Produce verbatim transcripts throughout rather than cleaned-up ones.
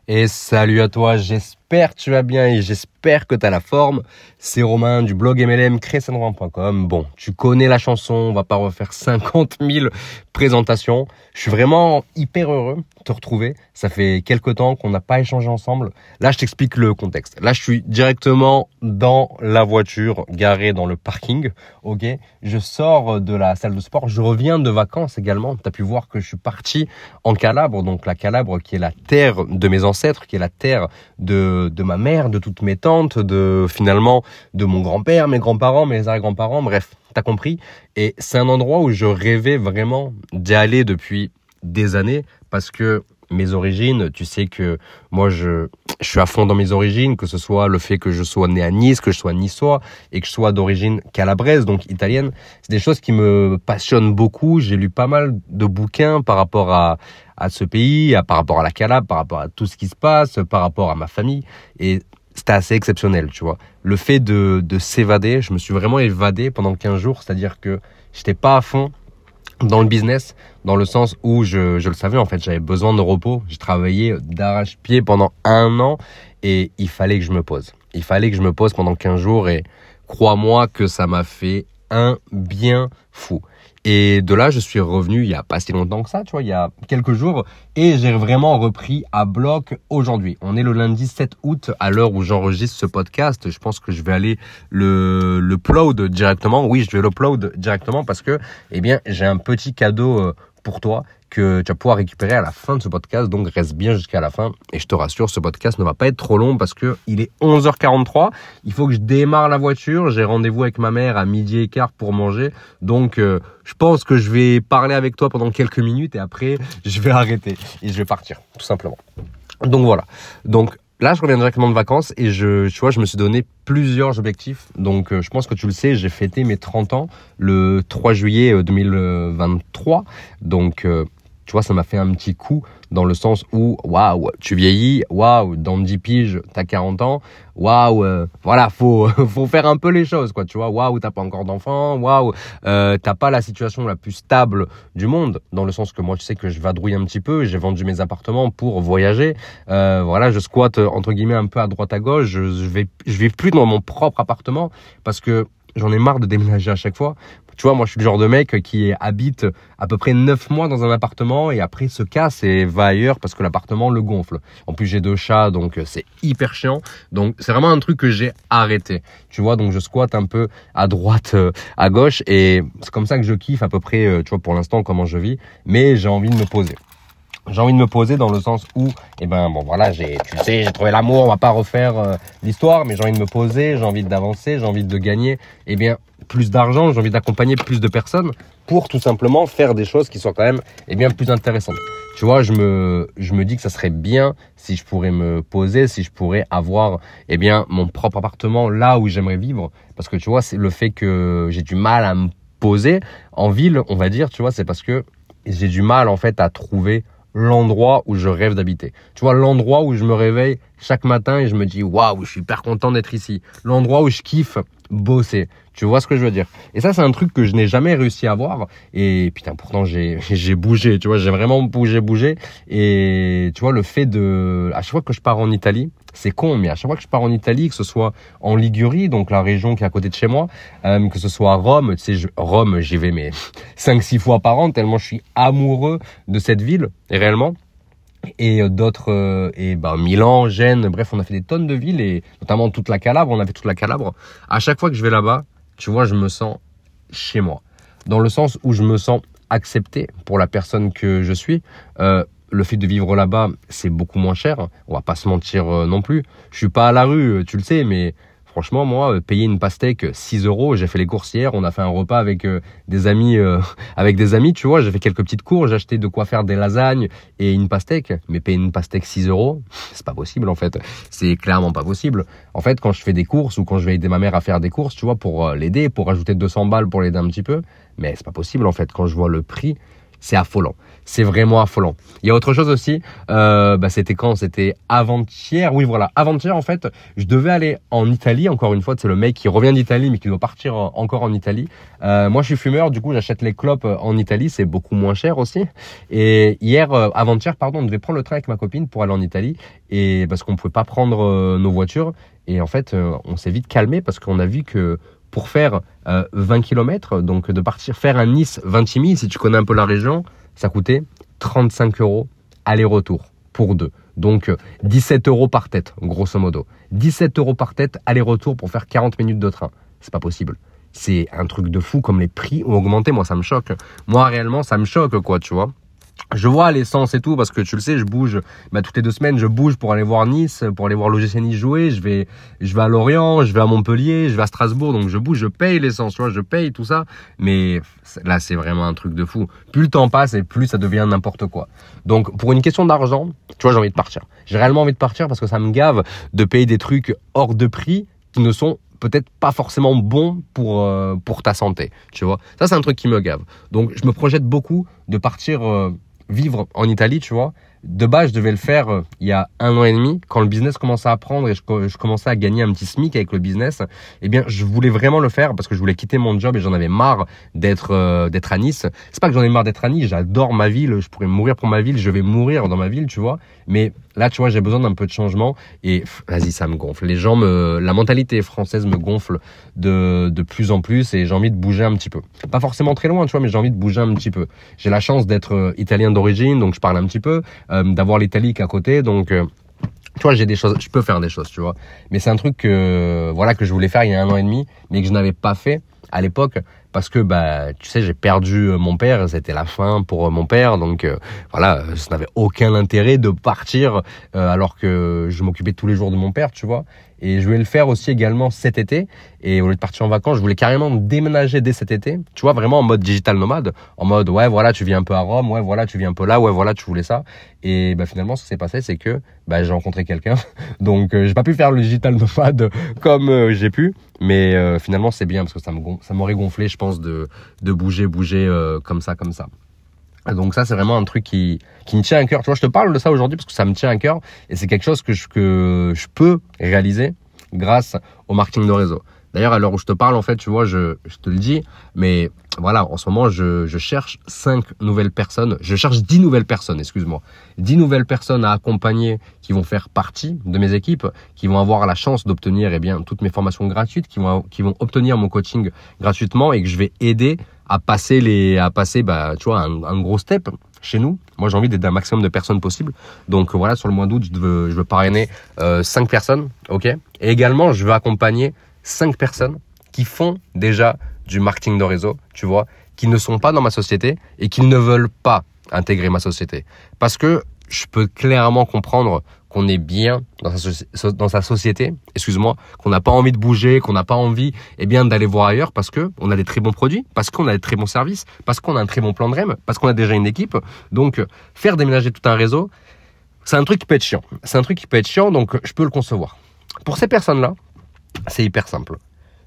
Et salut à toi, j'espère que tu vas bien et j'espère que tu as la forme. C'est Romain du blog M L M créer sa norme point com. Bon, tu connais la chanson, on va pas refaire cinquante mille présentations. Je suis vraiment hyper heureux de te retrouver. Ça fait quelques temps qu'on n'a pas échangé ensemble. Là, je t'explique le contexte. Là, je suis directement dans la voiture, garée dans le parking. Ok, je sors de la salle de sport. Je reviens de vacances également. Tu as pu voir que je suis parti en Calabre. Donc la Calabre qui est la terre de mes ancêtres, qui est la terre de, de ma mère, de toutes mes tantes, de finalement de mon grand-père, mes grands-parents, mes arrière-grands-parents. Bref, t'as compris. Et c'est un endroit où je rêvais vraiment d'y aller depuis des années parce que mes origines, tu sais que moi je, je suis à fond dans mes origines, que ce soit le fait que je sois né à Nice, que je sois niçois et que je sois d'origine calabraise, donc italienne. C'est des choses qui me passionnent beaucoup. J'ai lu pas mal de bouquins par rapport à, à ce pays, à, par rapport à la Calabre, par rapport à tout ce qui se passe, par rapport à ma famille. Et c'était assez exceptionnel, tu vois. Le fait de, de s'évader, je me suis vraiment évadé pendant quinze jours, c'est-à-dire que j'étais pas à fond dans le business, dans le sens où je, je le savais, en fait, j'avais besoin de repos. J'ai travaillé d'arrache-pied pendant un an et il fallait que je me pose. Il fallait que je me pose pendant quinze jours et crois-moi que ça m'a fait un bien fou. Et de là, je suis revenu il y a pas si longtemps que ça, tu vois, il y a quelques jours et j'ai vraiment repris à bloc aujourd'hui. On est le lundi sept août à l'heure où j'enregistre ce podcast. Je pense que je vais aller le, le upload directement. Oui, je vais l'upload directement parce que, eh bien, j'ai un petit cadeau pour toi que tu vas pouvoir récupérer à la fin de ce podcast. Donc, reste bien jusqu'à la fin. Et je te rassure, ce podcast ne va pas être trop long parce que il est onze heures quarante-trois. Il faut que je démarre la voiture. J'ai rendez-vous avec ma mère à midi et quart pour manger. Donc, euh, je pense que je vais parler avec toi pendant quelques minutes et après, je vais arrêter et je vais partir, tout simplement. Donc, voilà. Donc, là, je reviens directement de vacances et je, tu vois, je me suis donné plusieurs objectifs. Donc, euh, je pense que tu le sais, j'ai fêté mes trente ans le trois juillet deux mille vingt-trois. Donc, euh, tu vois, ça m'a fait un petit coup dans le sens où, waouh, tu vieillis, waouh, dans dix piges, t'as quarante ans, waouh, euh, voilà, faut, faut faire un peu les choses, quoi, tu vois, waouh, t'as pas encore d'enfant, waouh, euh, t'as pas la situation la plus stable du monde, dans le sens que moi, tu sais que je vadrouille un petit peu, j'ai vendu mes appartements pour voyager, euh, voilà, je squatte, entre guillemets, un peu à droite à gauche, je, je vais, je vais plus dans mon propre appartement parce que j'en ai marre de déménager à chaque fois. Tu vois, moi, je suis le genre de mec qui habite à peu près neuf mois dans un appartement et après se casse et va ailleurs parce que l'appartement le gonfle. En plus, j'ai deux chats, donc c'est hyper chiant. Donc, c'est vraiment un truc que j'ai arrêté. Tu vois, donc je squatte un peu à droite, à gauche et c'est comme ça que je kiffe à peu près, tu vois, pour l'instant, comment je vis. Mais j'ai envie de me poser. J'ai envie de me poser dans le sens où, eh ben, bon, voilà, j'ai, tu sais, j'ai trouvé l'amour, on va pas refaire euh, l'histoire, mais j'ai envie de me poser, j'ai envie d'avancer, j'ai envie de gagner, eh bien, plus d'argent, j'ai envie d'accompagner plus de personnes pour tout simplement faire des choses qui soient quand même, eh bien, plus intéressantes. Tu vois, je me, je me dis que ça serait bien si je pourrais me poser, si je pourrais avoir, eh bien, mon propre appartement là où j'aimerais vivre, parce que tu vois, c'est le fait que j'ai du mal à me poser en ville, on va dire, tu vois, c'est parce que j'ai du mal, en fait, à trouver l'endroit où je rêve d'habiter. Tu vois, l'endroit où je me réveille chaque matin et je me dis waouh, je suis hyper content d'être ici. L'endroit où je kiffe bosser. Tu vois ce que je veux dire? Et ça, c'est un truc que je n'ai jamais réussi à avoir. Et putain, pourtant, j'ai, j'ai bougé. Tu vois, j'ai vraiment bougé, bougé. Et tu vois, le fait de, à chaque fois que je pars en Italie, c'est con, mais à chaque fois que je pars en Italie, que ce soit en Ligurie, donc la région qui est à côté de chez moi, euh, que ce soit à Rome, tu sais, je, Rome, j'y vais mais cinq six fois par an, tellement je suis amoureux de cette ville, et réellement. Et d'autres, euh, et ben Milan, Gênes, bref, on a fait des tonnes de villes, et notamment toute la Calabre, on a fait toute la Calabre. À chaque fois que je vais là-bas, tu vois, je me sens chez moi. Dans le sens où je me sens accepté pour la personne que je suis. Euh, Le fait de vivre là-bas, c'est beaucoup moins cher. On va pas se mentir euh, non plus. Je suis pas à la rue, tu le sais, mais franchement, moi, euh, payer une pastèque six euros, j'ai fait les courses hier, on a fait un repas avec euh, des amis, euh, avec des amis, tu vois, j'ai fait quelques petites courses, j'ai acheté de quoi faire des lasagnes et une pastèque. Mais payer une pastèque six euros, c'est pas possible en fait. C'est clairement pas possible. En fait, quand je fais des courses ou quand je vais aider ma mère à faire des courses, tu vois, pour euh, l'aider, pour rajouter deux cents balles pour l'aider un petit peu, mais c'est pas possible en fait. Quand je vois le prix, c'est affolant. C'est vraiment affolant. Il y a autre chose aussi, euh, bah c'était quand? C'était avant-hier. Oui, voilà, avant-hier en fait, je devais aller en Italie. Encore une fois, c'est le mec qui revient d'Italie mais qui doit partir en, encore en Italie. Euh, moi, je suis fumeur, du coup, j'achète les clopes en Italie, c'est beaucoup moins cher aussi. Et hier, euh, avant-hier, pardon, on devait prendre le train avec ma copine pour aller en Italie, et parce qu'on pouvait pas prendre euh, nos voitures. Et en fait, euh, on s'est vite calmé parce qu'on a vu que pour faire euh, vingt kilomètres, donc de partir faire un Nice-Vintimille, si tu connais un peu la région, ça coûtait trente-cinq euros aller-retour pour deux. Donc dix-sept euros par tête, grosso modo. dix-sept euros par tête aller-retour pour faire quarante minutes de train. C'est pas possible. C'est un truc de fou comme les prix ont augmenté. Moi, ça me choque. Moi, réellement, ça me choque, quoi, tu vois. Je vois l'essence et tout parce que tu le sais, je bouge, bah, toutes les deux semaines, je bouge pour aller voir Nice, pour aller voir l'O G C Nice jouer. Je vais, je vais à Lorient, je vais à Montpellier, je vais à Strasbourg. Donc je bouge, je paye l'essence, tu vois, je paye tout ça. Mais là, c'est vraiment un truc de fou. Plus le temps passe et plus ça devient n'importe quoi. Donc pour une question d'argent, tu vois, j'ai envie de partir. J'ai réellement envie de partir parce que ça me gave de payer des trucs hors de prix qui ne sont peut-être pas forcément bons pour euh, pour ta santé, tu vois. Ça, c'est un truc qui me gave. Donc je me projette beaucoup de partir euh, vivre en Italie, tu vois. De base, je devais le faire euh, il y a un an et demi, quand le business commençait à prendre et je, je commençais à gagner un petit SMIC avec le business. Eh bien, je voulais vraiment le faire parce que je voulais quitter mon job et j'en avais marre d'être euh, d'être à Nice. C'est pas que j'en ai marre d'être à Nice, j'adore ma ville, je pourrais mourir pour ma ville, je vais mourir dans ma ville, tu vois. Mais là, tu vois, j'ai besoin d'un peu de changement et vas-y, ça me gonfle. Les gens me, la mentalité française me gonfle de de plus en plus et j'ai envie de bouger un petit peu. Pas forcément très loin, tu vois, mais j'ai envie de bouger un petit peu. J'ai la chance d'être euh, italien d'origine, donc je parle un petit peu. Euh, d'avoir l'Italie à côté, donc euh, tu vois, j'ai des choses, je peux faire des choses, tu vois, mais c'est un truc que voilà que je voulais faire il y a un an et demi mais que je n'avais pas fait à l'époque parce que bah tu sais, j'ai perdu mon père, c'était la fin pour mon père, donc euh, voilà, ça n'avait aucun intérêt de partir euh, alors que je m'occupais tous les jours de mon père, tu vois. Et je voulais le faire aussi également cet été. Et au lieu de partir en vacances, je voulais carrément déménager dès cet été. Tu vois, vraiment en mode digital nomade. En mode, ouais, voilà, tu viens un peu à Rome. Ouais, voilà, tu viens un peu là. Ouais, voilà, tu voulais ça. Et bah, finalement, ce qui s'est passé, c'est que bah, j'ai rencontré quelqu'un. Donc, euh, j'ai pas pu faire le digital nomade comme euh, j'ai pu. Mais euh, finalement, c'est bien parce que ça me gon- ça m'aurait gonflé, je pense, de, de bouger, bouger euh, comme ça, comme ça. Donc ça, c'est vraiment un truc qui, qui me tient à cœur. Tu vois, je te parle de ça aujourd'hui parce que ça me tient à cœur et c'est quelque chose que je, que je peux réaliser grâce au marketing de réseau. D'ailleurs, à l'heure où je te parle, en fait, tu vois, je, je te le dis, mais voilà, en ce moment, je, je cherche cinq nouvelles personnes. Je cherche dix nouvelles personnes, excuse-moi. dix nouvelles personnes à accompagner qui vont faire partie de mes équipes, qui vont avoir la chance d'obtenir, eh bien, toutes mes formations gratuites, qui vont, qui vont obtenir mon coaching gratuitement et que je vais aider à passer les, à passer, bah, tu vois, un, un gros step chez nous. Moi, j'ai envie d'aider un maximum de personnes possible. Donc, voilà, sur le mois d'août, je veux, je veux parrainer euh, cinq personnes, ok. Et également, je veux accompagner cinq personnes qui font déjà du marketing de réseau, tu vois, qui ne sont pas dans ma société et qui ne veulent pas intégrer ma société. Parce que je peux clairement comprendre qu'on est bien dans sa, dans sa société, excuse-moi, qu'on n'a pas envie de bouger, qu'on n'a pas envie, eh bien, d'aller voir ailleurs parce que on a des très bons produits, parce qu'on a des très bons services, parce qu'on a un très bon plan de R E M, parce qu'on a déjà une équipe. Donc, faire déménager tout un réseau, c'est un truc qui peut être chiant. C'est un truc qui peut être chiant, donc je peux le concevoir. Pour ces personnes-là, c'est hyper simple.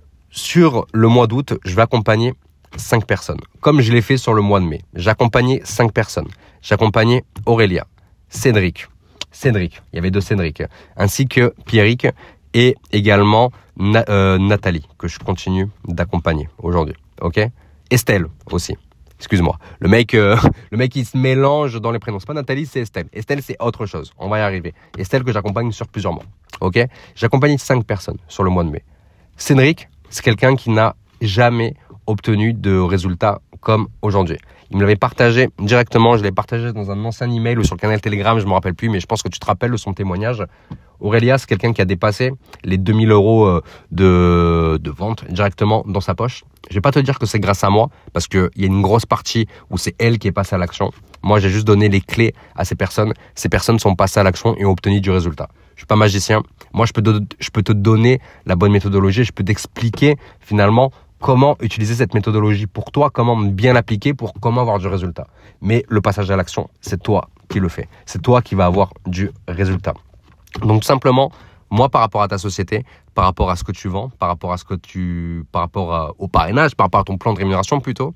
Sur le mois d'août, je vais accompagner cinq personnes, comme je l'ai fait sur le mois de mai. J'ai accompagné cinq personnes. J'ai accompagné Aurélia, Cédric, Cédric, il y avait deux Cédric, ainsi que Pierrick et également Na- euh, Nathalie, que je continue d'accompagner aujourd'hui. Ok ? Estelle aussi. Excuse-moi. Le mec, euh, le mec, il se mélange dans les prénoms. C'est pas Nathalie, c'est Estelle. Estelle, c'est autre chose. On va y arriver. Estelle que j'accompagne sur plusieurs mois. Ok ? J'accompagne cinq personnes sur le mois de mai. Cédric, c'est quelqu'un qui n'a jamais obtenu de résultats comme aujourd'hui. Il me l'avait partagé directement, je l'ai partagé dans un ancien email ou sur le canal Telegram, je me rappelle plus, mais je pense que tu te rappelles de son témoignage. Aurélia, c'est quelqu'un qui a dépassé les deux mille euros de, de vente directement dans sa poche. Je vais pas te dire que c'est grâce à moi, parce qu'il y a une grosse partie où c'est elle qui est passée à l'action. Moi, j'ai juste donné les clés à ces personnes. Ces personnes sont passées à l'action et ont obtenu du résultat. Je suis pas magicien. Moi, je peux te, je peux te donner la bonne méthodologie. Je peux t'expliquer finalement comment utiliser cette méthodologie pour toi, comment bien l'appliquer pour comment avoir du résultat. Mais le passage à l'action, c'est toi qui le fais. C'est toi qui vas avoir du résultat. Donc, tout simplement, moi, par rapport à ta société, par rapport à ce que tu vends, par rapport à ce que tu, par rapport à, au parrainage, par rapport à ton plan de rémunération plutôt,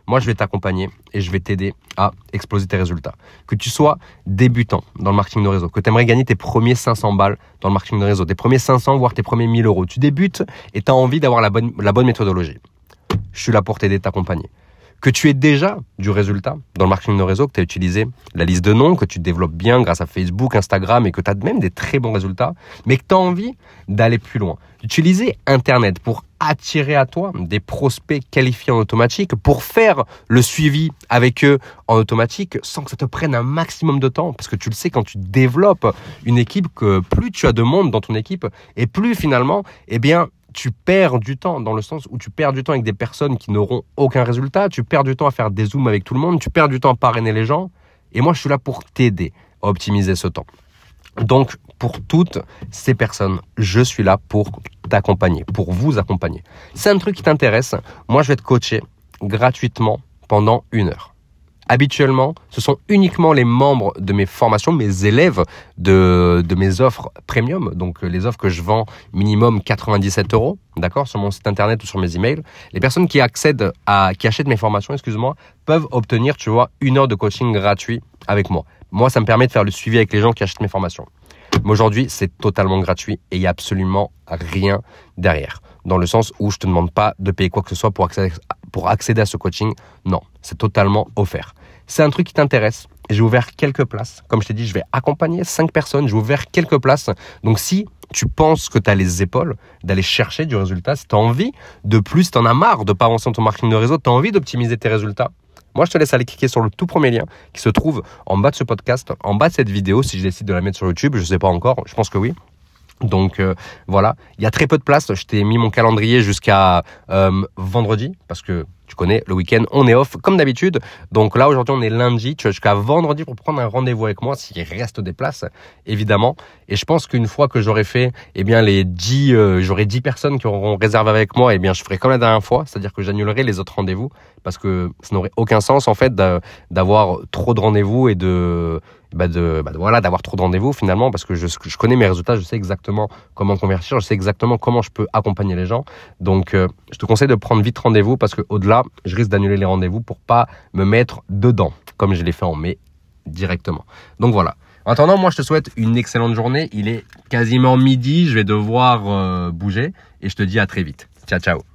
moi, je vais t'accompagner et je vais t'aider à exploser tes résultats. Que tu sois débutant dans le marketing de réseau, que tu aimerais gagner tes premiers cinq cents balles dans le marketing de réseau, tes premiers cinq cents, voire tes premiers mille euros. Tu débutes et tu as envie d'avoir la bonne, la bonne méthodologie. Je suis là pour t'aider, t'accompagner. Que tu aies déjà du résultat dans le marketing de réseau, que tu as utilisé la liste de noms, que tu développes bien grâce à Facebook, Instagram et que tu as même des très bons résultats, mais que tu as envie d'aller plus loin. D'utiliser Internet pour attirer à toi des prospects qualifiés en automatique, pour faire le suivi avec eux en automatique sans que ça te prenne un maximum de temps. Parce que tu le sais, quand tu développes une équipe, que plus tu as de monde dans ton équipe et plus finalement, eh bien, tu perds du temps dans le sens où tu perds du temps avec des personnes qui n'auront aucun résultat, tu perds du temps à faire des zooms avec tout le monde, tu perds du temps à parrainer les gens et moi je suis là pour t'aider à optimiser ce temps. Donc pour toutes ces personnes, je suis là pour t'accompagner, pour vous accompagner. C'est un truc qui t'intéresse, moi je vais te coacher gratuitement pendant une heure. Habituellement, ce sont uniquement les membres de mes formations, mes élèves de, de mes offres premium, donc les offres que je vends minimum quatre-vingt-dix-sept euros, d'accord, sur mon site internet ou sur mes emails. Les personnes qui accèdent à, qui achètent mes formations, excuse-moi, peuvent obtenir, tu vois, une heure de coaching gratuit avec moi. Moi, ça me permet de faire le suivi avec les gens qui achètent mes formations. Mais aujourd'hui, c'est totalement gratuit et il n'y a absolument rien derrière. Dans le sens où je ne te demande pas de payer quoi que ce soit pour accéder, pour accéder à ce coaching. Non, c'est totalement offert. C'est un truc qui t'intéresse. J'ai ouvert quelques places. Comme je t'ai dit, je vais accompagner cinq personnes. J'ai ouvert quelques places. Donc, si tu penses que tu as les épaules d'aller chercher du résultat, si tu as envie de plus, si tu en as marre de ne pas avancer dans ton marketing de réseau, tu as envie d'optimiser tes résultats, moi, je te laisse aller cliquer sur le tout premier lien qui se trouve en bas de ce podcast, en bas de cette vidéo, si je décide de la mettre sur YouTube. Je ne sais pas encore. Je pense que oui. Donc euh, voilà, il y a très peu de place. Je t'ai mis mon calendrier jusqu'à euh, vendredi parce que tu connais, le week-end, on est off comme d'habitude. Donc là, aujourd'hui, on est lundi. Tu as jusqu'à vendredi pour prendre un rendez-vous avec moi s'il reste des places, évidemment. Et je pense qu'une fois que j'aurai fait, eh bien, les dix, euh, j'aurai dix personnes qui auront réservé avec moi, eh bien, je ferai comme la dernière fois, c'est-à-dire que j'annulerai les autres rendez-vous parce que ça n'aurait aucun sens, en fait, d'avoir trop de rendez-vous et de, bah de, bah de voilà, d'avoir trop de rendez-vous finalement parce que je, je connais mes résultats, je sais exactement comment convertir, je sais exactement comment je peux accompagner les gens. Donc, euh, je te conseille de prendre vite rendez-vous parce que au-delà, je risque d'annuler les rendez-vous pour pas me mettre dedans, comme je l'ai fait en mai directement. Donc voilà. En attendant, moi, je te souhaite une excellente journée. Il est quasiment midi. Je vais devoir euh, bouger et je te dis à très vite. Ciao, ciao.